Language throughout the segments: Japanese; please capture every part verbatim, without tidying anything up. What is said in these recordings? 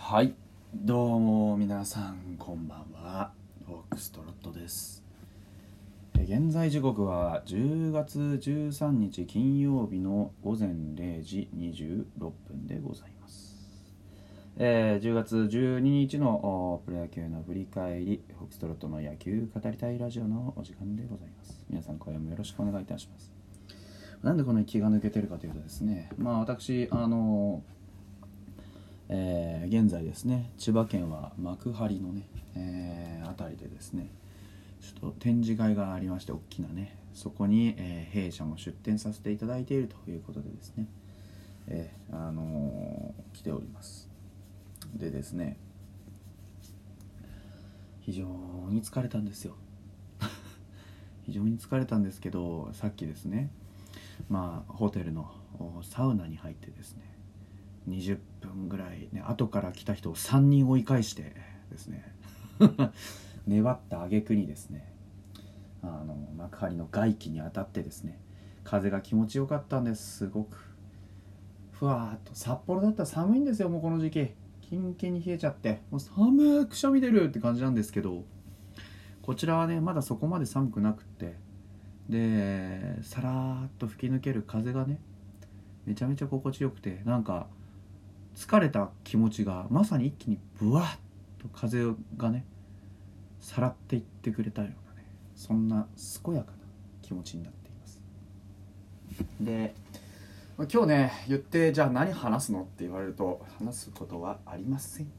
はい、どうも皆さんこんばんは。フォックストロットです。現在時刻はじゅうがつじゅうさんにち金曜日のごぜんれいじにじゅうろっぷんでございます。えー、じゅうがつじゅうににちのプロ野球の振り返り、フォックストロットの野球語りたいラジオのお時間でございます。皆さん今夜もよろしくお願いいたします。なんでこの気が抜けてるかというとですね、まあ私あのえー、現在ですね、千葉県は幕張のね、えー、辺りでですね、ちょっと展示会がありまして、大きなね、そこに、えー、弊社も出展させていただいているということでですね、えー、あのー、来ております。でですね、非常に疲れたんですよ。非常に疲れたんですけど、さっきですね、まあホテルのサウナに入ってですね、にじゅっぷんぐらいね、後から来た人をさんにん追い返してですね粘った挙句にですね、あの幕張の外気に当たってですね、風が気持ちよかったんです。すごくふわーっと。札幌だったら寒いんですよ、もうこの時期キンキンに冷えちゃって、もう寒くしゃみ出るって感じなんですけど、こちらはねまだそこまで寒くなくって、でさらーっと吹き抜ける風がねめちゃめちゃ心地よくて、なんか疲れた気持ちがまさに一気にブワッと風がねさらっていってくれたようなね、そんな健やかな気持ちになっています。で今日ね言って、じゃあ何話すのって言われると話すことはありません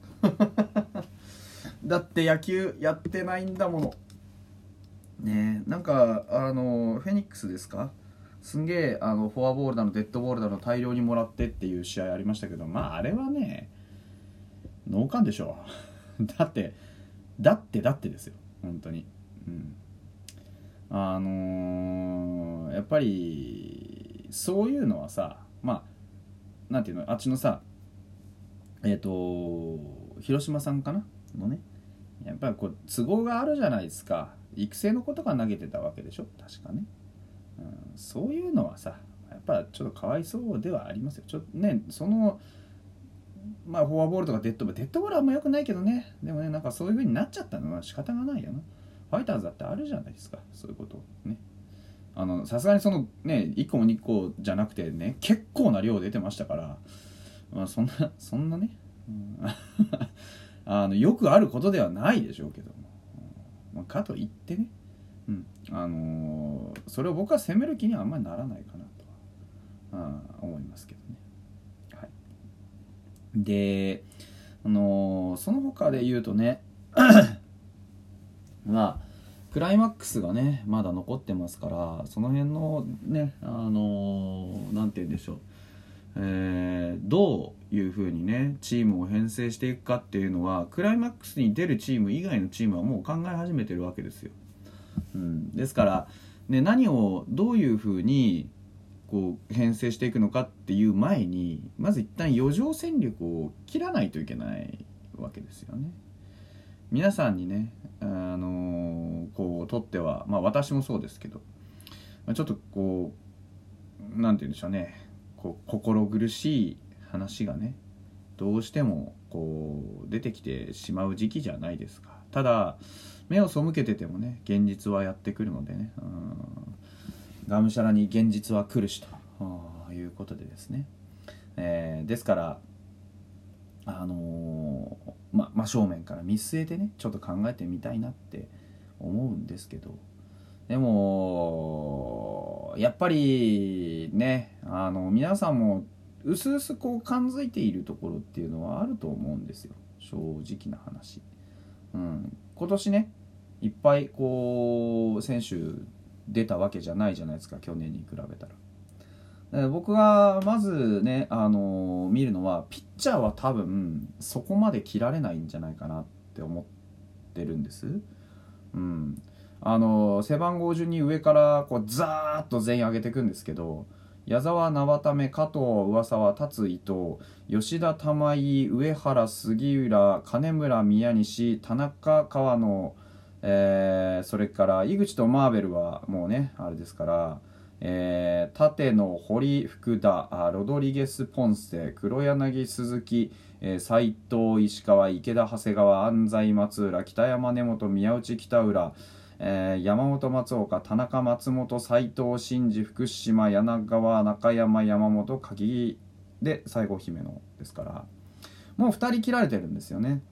だって野球やってないんだものね。なんかあのフェニックスですか、すんげえあのフォアボールだのデッドボールだの大量にもらってっていう試合ありましたけど、まああれはねノーカンでしょだってだってだってですよ本当に。うんあのー、やっぱりそういうのはさ、まあなんていうの、あっちのさえっ、ー、と広島さんかなのね、やっぱりこう都合があるじゃないですか。育成のことが投げてたわけでしょ確かね。うん、そういうのはさやっぱちょっとかわいそうではありますよ。ちょっとね、そのまあフォアボールとかデッドボールデッドボールはあんま良くないけどね、でもねなんかそういう風になっちゃったのは仕方がないよな。ファイターズだってあるじゃないですか、そういうことね。あのさすがにそのねいっこもにこじゃなくてね結構な量出てましたから、まあ、そんなそんなね、うん、あのよくあることではないでしょうけども、まあ、かといってね、うんあのー、それを僕は責める気にはあんまりならないかなとは、あ思いますけどね。はい、で、あのー、その他で言うとねまあクライマックスがねまだ残ってますから、その辺のねあのー、なんて言うんでしょう、えー、どういう風にねチームを編成していくかっていうのはクライマックスに出るチーム以外のチームはもう考え始めてるわけですよ。うん、ですから、ね、何をどういう風にこう編成していくのかっていう前にまず一旦余剰戦力を切らないといけないわけですよね。皆さんにね、あのー、こうとっては、まあ私もそうですけど、ちょっとこうなんて言うんでしょうね、こう心苦しい話がねどうしてもこう出てきてしまう時期じゃないですか。ただ目を背けててもね現実はやってくるのでね、うん、がむしゃらに現実は来るしということでですね、えー、ですからあのー、ま真正面から見据えてねちょっと考えてみたいなって思うんですけど、でもやっぱりねあの皆さんもうすうすこう感づいているところっていうのはあると思うんですよ、正直な話。うん、今年ねいっぱいこう選手出たわけじゃないじゃないですか、去年に比べたら。僕がまずね、あのー、見るのはピッチャーは多分そこまで切られないんじゃないかなって思ってるんです。うん、あのー、背番号順に上からこうザーッと全員上げていくんですけど、矢沢、生田目、加藤、上沢、達、伊藤、吉田、玉井、上原、杉浦、金村、宮西、田中、川野、えー、それから井口とマーベルはもうねあれですから、 えー、縦の堀、福田、ロドリゲス、ポンセ、黒柳、鈴木、えー、斉藤、石川、池田、長谷川、安西、松浦、北山、根本、宮内、北浦、えー、山本、松岡、田中、松本、斉藤、新次、福島、柳川、中山、山本、鍵で最後姫野ですから、もうふたり切られてるんですよね。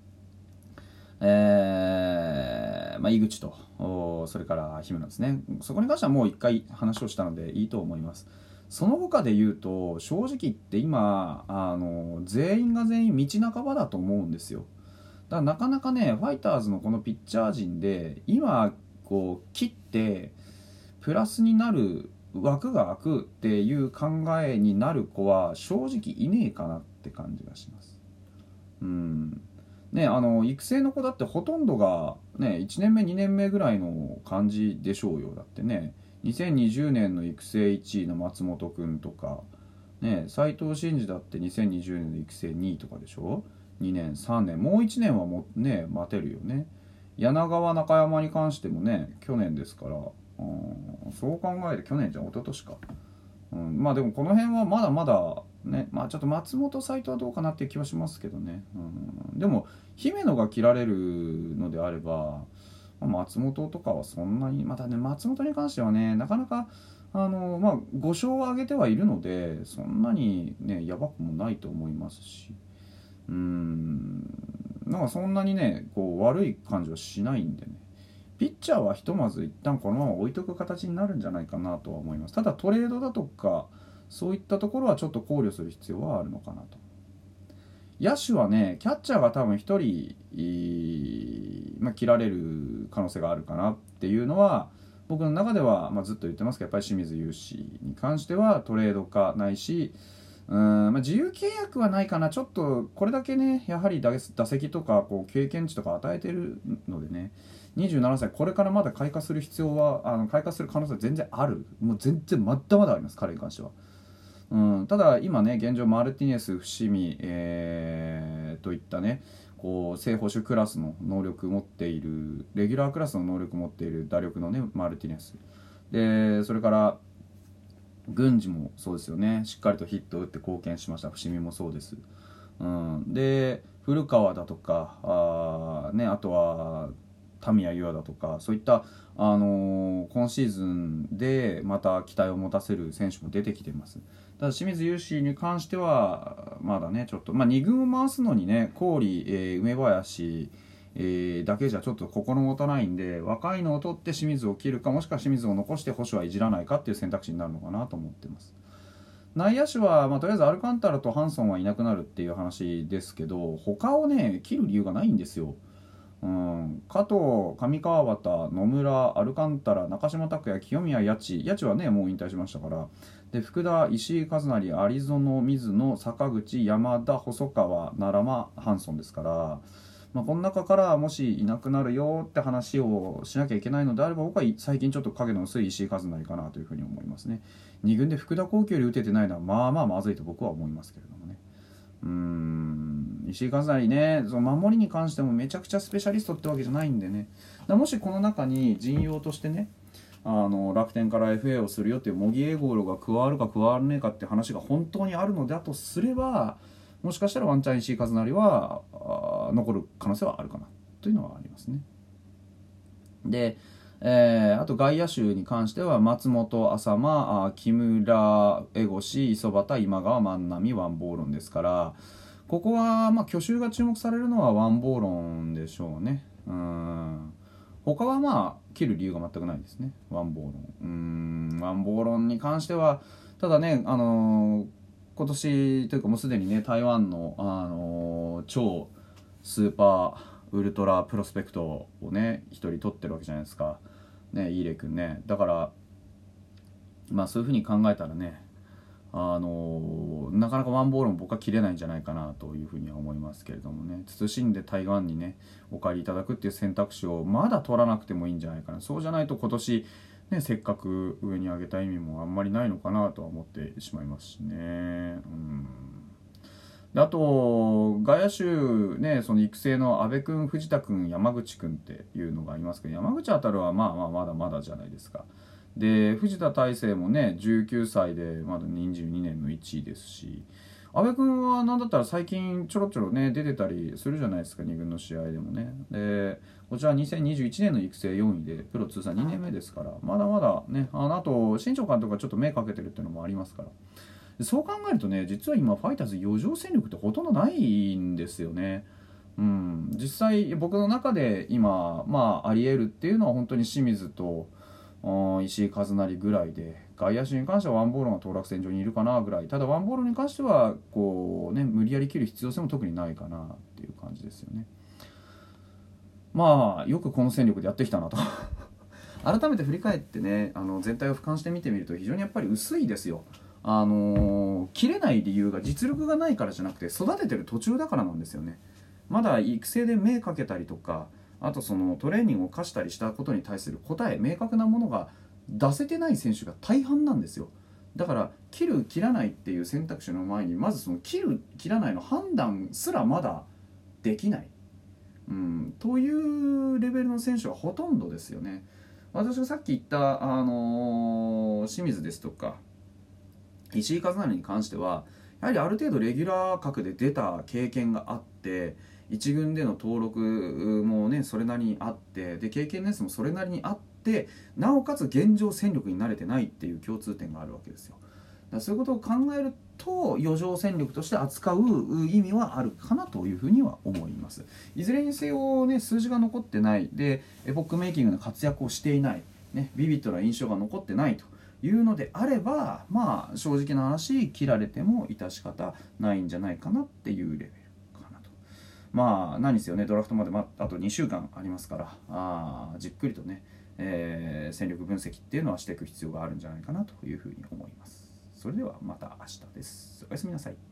えーまあ、井口とそれから姫野ですね。そこに関してはもう一回話をしたのでいいと思います。その他で言うと正直言って今あの全員が全員道半ばだと思うんですよ。だからなかなかねファイターズのこのピッチャー陣で今こう切ってプラスになる枠が空くっていう考えになる子は正直いねえかなって感じがします。うんね、あの育成の子だってほとんどが、ね、いちねんめにねんめぐらいの感じでしょうよ。だってねにせんにじゅうねんの育成いちいの松本くんとか、ね、斉藤真二だってにせんにじゅうねんの育成にいとかでしょ。にねんさんねんもういちねんはも、ね、待てるよね。柳川中山に関してもね去年ですから、うん、そう考えて去年じゃん一昨年か、うん、まあでもこの辺はまだまだね、まあちょっと松本斎藤はどうかなっていう気はしますけどね、うん、でも姫野が切られるのであれば松本とかはそんなにまたね松本に関してはねなかなかあのまあご勝を挙げてはいるのでそんなにねやばくもないと思いますし、うーんなんかそんなにねこう悪い感じはしないんでね、ピッチャーはひとまず一旦このまま置いとく形になるんじゃないかなとは思います。ただトレードだとかそういったところはちょっと考慮する必要はあるのかなと。野手はねキャッチャーが多分ひとり、まあ、切られる可能性があるかなっていうのは僕の中では、まあ、ずっと言ってますけどやっぱり清水雄志に関してはトレードかないしうーん、まあ、自由契約はないかな。ちょっとこれだけねやはり打席とかこう経験値とか与えてるのでねにじゅうななさいこれからまだ開花する必要はあの開花する可能性は全然ある。もう全然まだまだあります彼に関しては。うん、ただ今ね現状マルティネス、伏見、えー、といったねこう正捕手クラスの能力を持っているレギュラークラスの能力を持っている打力のねマルティネスで、それから郡司もそうですよね。しっかりとヒットを打って貢献しました。伏見もそうです、うん、で古川だとかあ,、ね、あとはタミヤ優愛だとかそういった、あのー今シーズンでまた期待を持たせる選手も出てきてます。ただ清水雄志に関してはまだねちょっと、まあ、に軍を回すのにね郡、えー、梅林、えーだけじゃちょっと心もたないんで若いのを取って清水を切るかもしくは清水を残して保守はいじらないかっていう選択肢になるのかなと思ってます。内野手は、まあ、とりあえずアルカンタラとハンソンはいなくなるっていう話ですけど他をね切る理由がないんですよ。うん、加藤、上川端、野村、アルカンタラ、中島拓也、清宮八千八千はねもう引退しましたから、で福田、石井和成、有園、水野、坂口、山田、細川、奈良間、ハンソンですから、まあ、この中からもしいなくなるよって話をしなきゃいけないのであれば僕は最近ちょっと影の薄い石井和成かなというふうに思いますね。に軍で福田光輝より打ててないのはまあまあまずいと僕は思いますけれどもね。うーん石井和成ねその守りに関してもめちゃくちゃスペシャリストってわけじゃないんでね、もしこの中に陣容としてねあの楽天から エフエー をするよっていう茂木エゴーロが加わるか加わらねえかって話が本当にあるのだとすればもしかしたらワンチャン石井和成は残る可能性はあるかなというのはありますね。で、えー、あと外野手に関しては松本、浅間、木村、江越、磯端、今川、万波、ワンボーロンですからここはまあ去就が注目されるのはワンボーロンでしょうね。うん他はまあ切る理由が全くないですね。ワンボーロンうーんワンボーロンに関してはただねあのー、今年というかもうすでにね台湾の、あのー、超スーパーウルトラプロスペクトをね一人取ってるわけじゃないですかねイーレ君ね。だからまあそういうふうに考えたらねあのなかなかワンボールも僕は切れないんじゃないかなというふうには思いますけれどもね、慎んで台湾にねお借りいただくっていう選択肢をまだ取らなくてもいいんじゃないかな。そうじゃないと今年ねせっかく上に上げた意味もあんまりないのかなとは思ってしまいますしね。うんであと外野手ねその育成の阿部君、藤田君、山口君っていうのがありますけど山口あたるはまあまあまだまだじゃないですか。 で藤田大成もねじゅうきゅうさいでまだにじゅうにねんのいちいですし、阿部君は何だったら最近ちょろちょろね出てたりするじゃないですか、に軍の試合でもね。でこちらにせんにじゅういちねんの育成よんいでプロ通算にねんめですから、まだまだね、あのあと新庄監督がちょっと目かけてるっていうのもありますから、そう考えるとね、実は今ファイターズ余剰戦力ってほとんどないんですよね。うん、実際僕の中で今、まあ、あり得るっていうのは本当に清水と石井一成ぐらいで、外野手に関してはワンボールが当落線上にいるかなぐらい。ただワンボールに関してはこう、ね、無理やり切る必要性も特にないかなっていう感じですよね。まあよくこの戦力でやってきたなと改めて振り返ってね、あの全体を俯瞰して見てみると非常にやっぱり薄いですよ。あのー、切れない理由が実力がないからじゃなくて育ててる途中だからなんですよね。まだ育成で目かけたりとか、あとそのトレーニングを課したりしたことに対する答え、明確なものが出せてない選手が大半なんですよ。だから切る切らないっていう選択肢の前に、まずその切る切らないの判断すらまだできない、うん、というレベルの選手はほとんどですよね。私がさっき言った、あのー清水ですとか石井一成に関しては、やはりある程度レギュラー格で出た経験があって、一軍での登録もねそれなりにあって、で経験年数もそれなりにあって、なおかつ現状戦力に慣れてないっていう共通点があるわけですよ。だからそういうことを考えると余剰戦力として扱う意味はあるかなというふうには思います。いずれにせよね、数字が残ってないでエポックメイキングな活躍をしていない、ね、ビビッドな印象が残ってないというのであれば、まあ正直な話切られても致し方ないんじゃないかなっていうレベルかなと。まあ何せよね、ドラフトまであとにしゅうかんありますから、あじっくりとね、えー戦力分析っていうのはしていく必要があるんじゃないかなというふうに思います。それではまた明日です。おやすみなさい。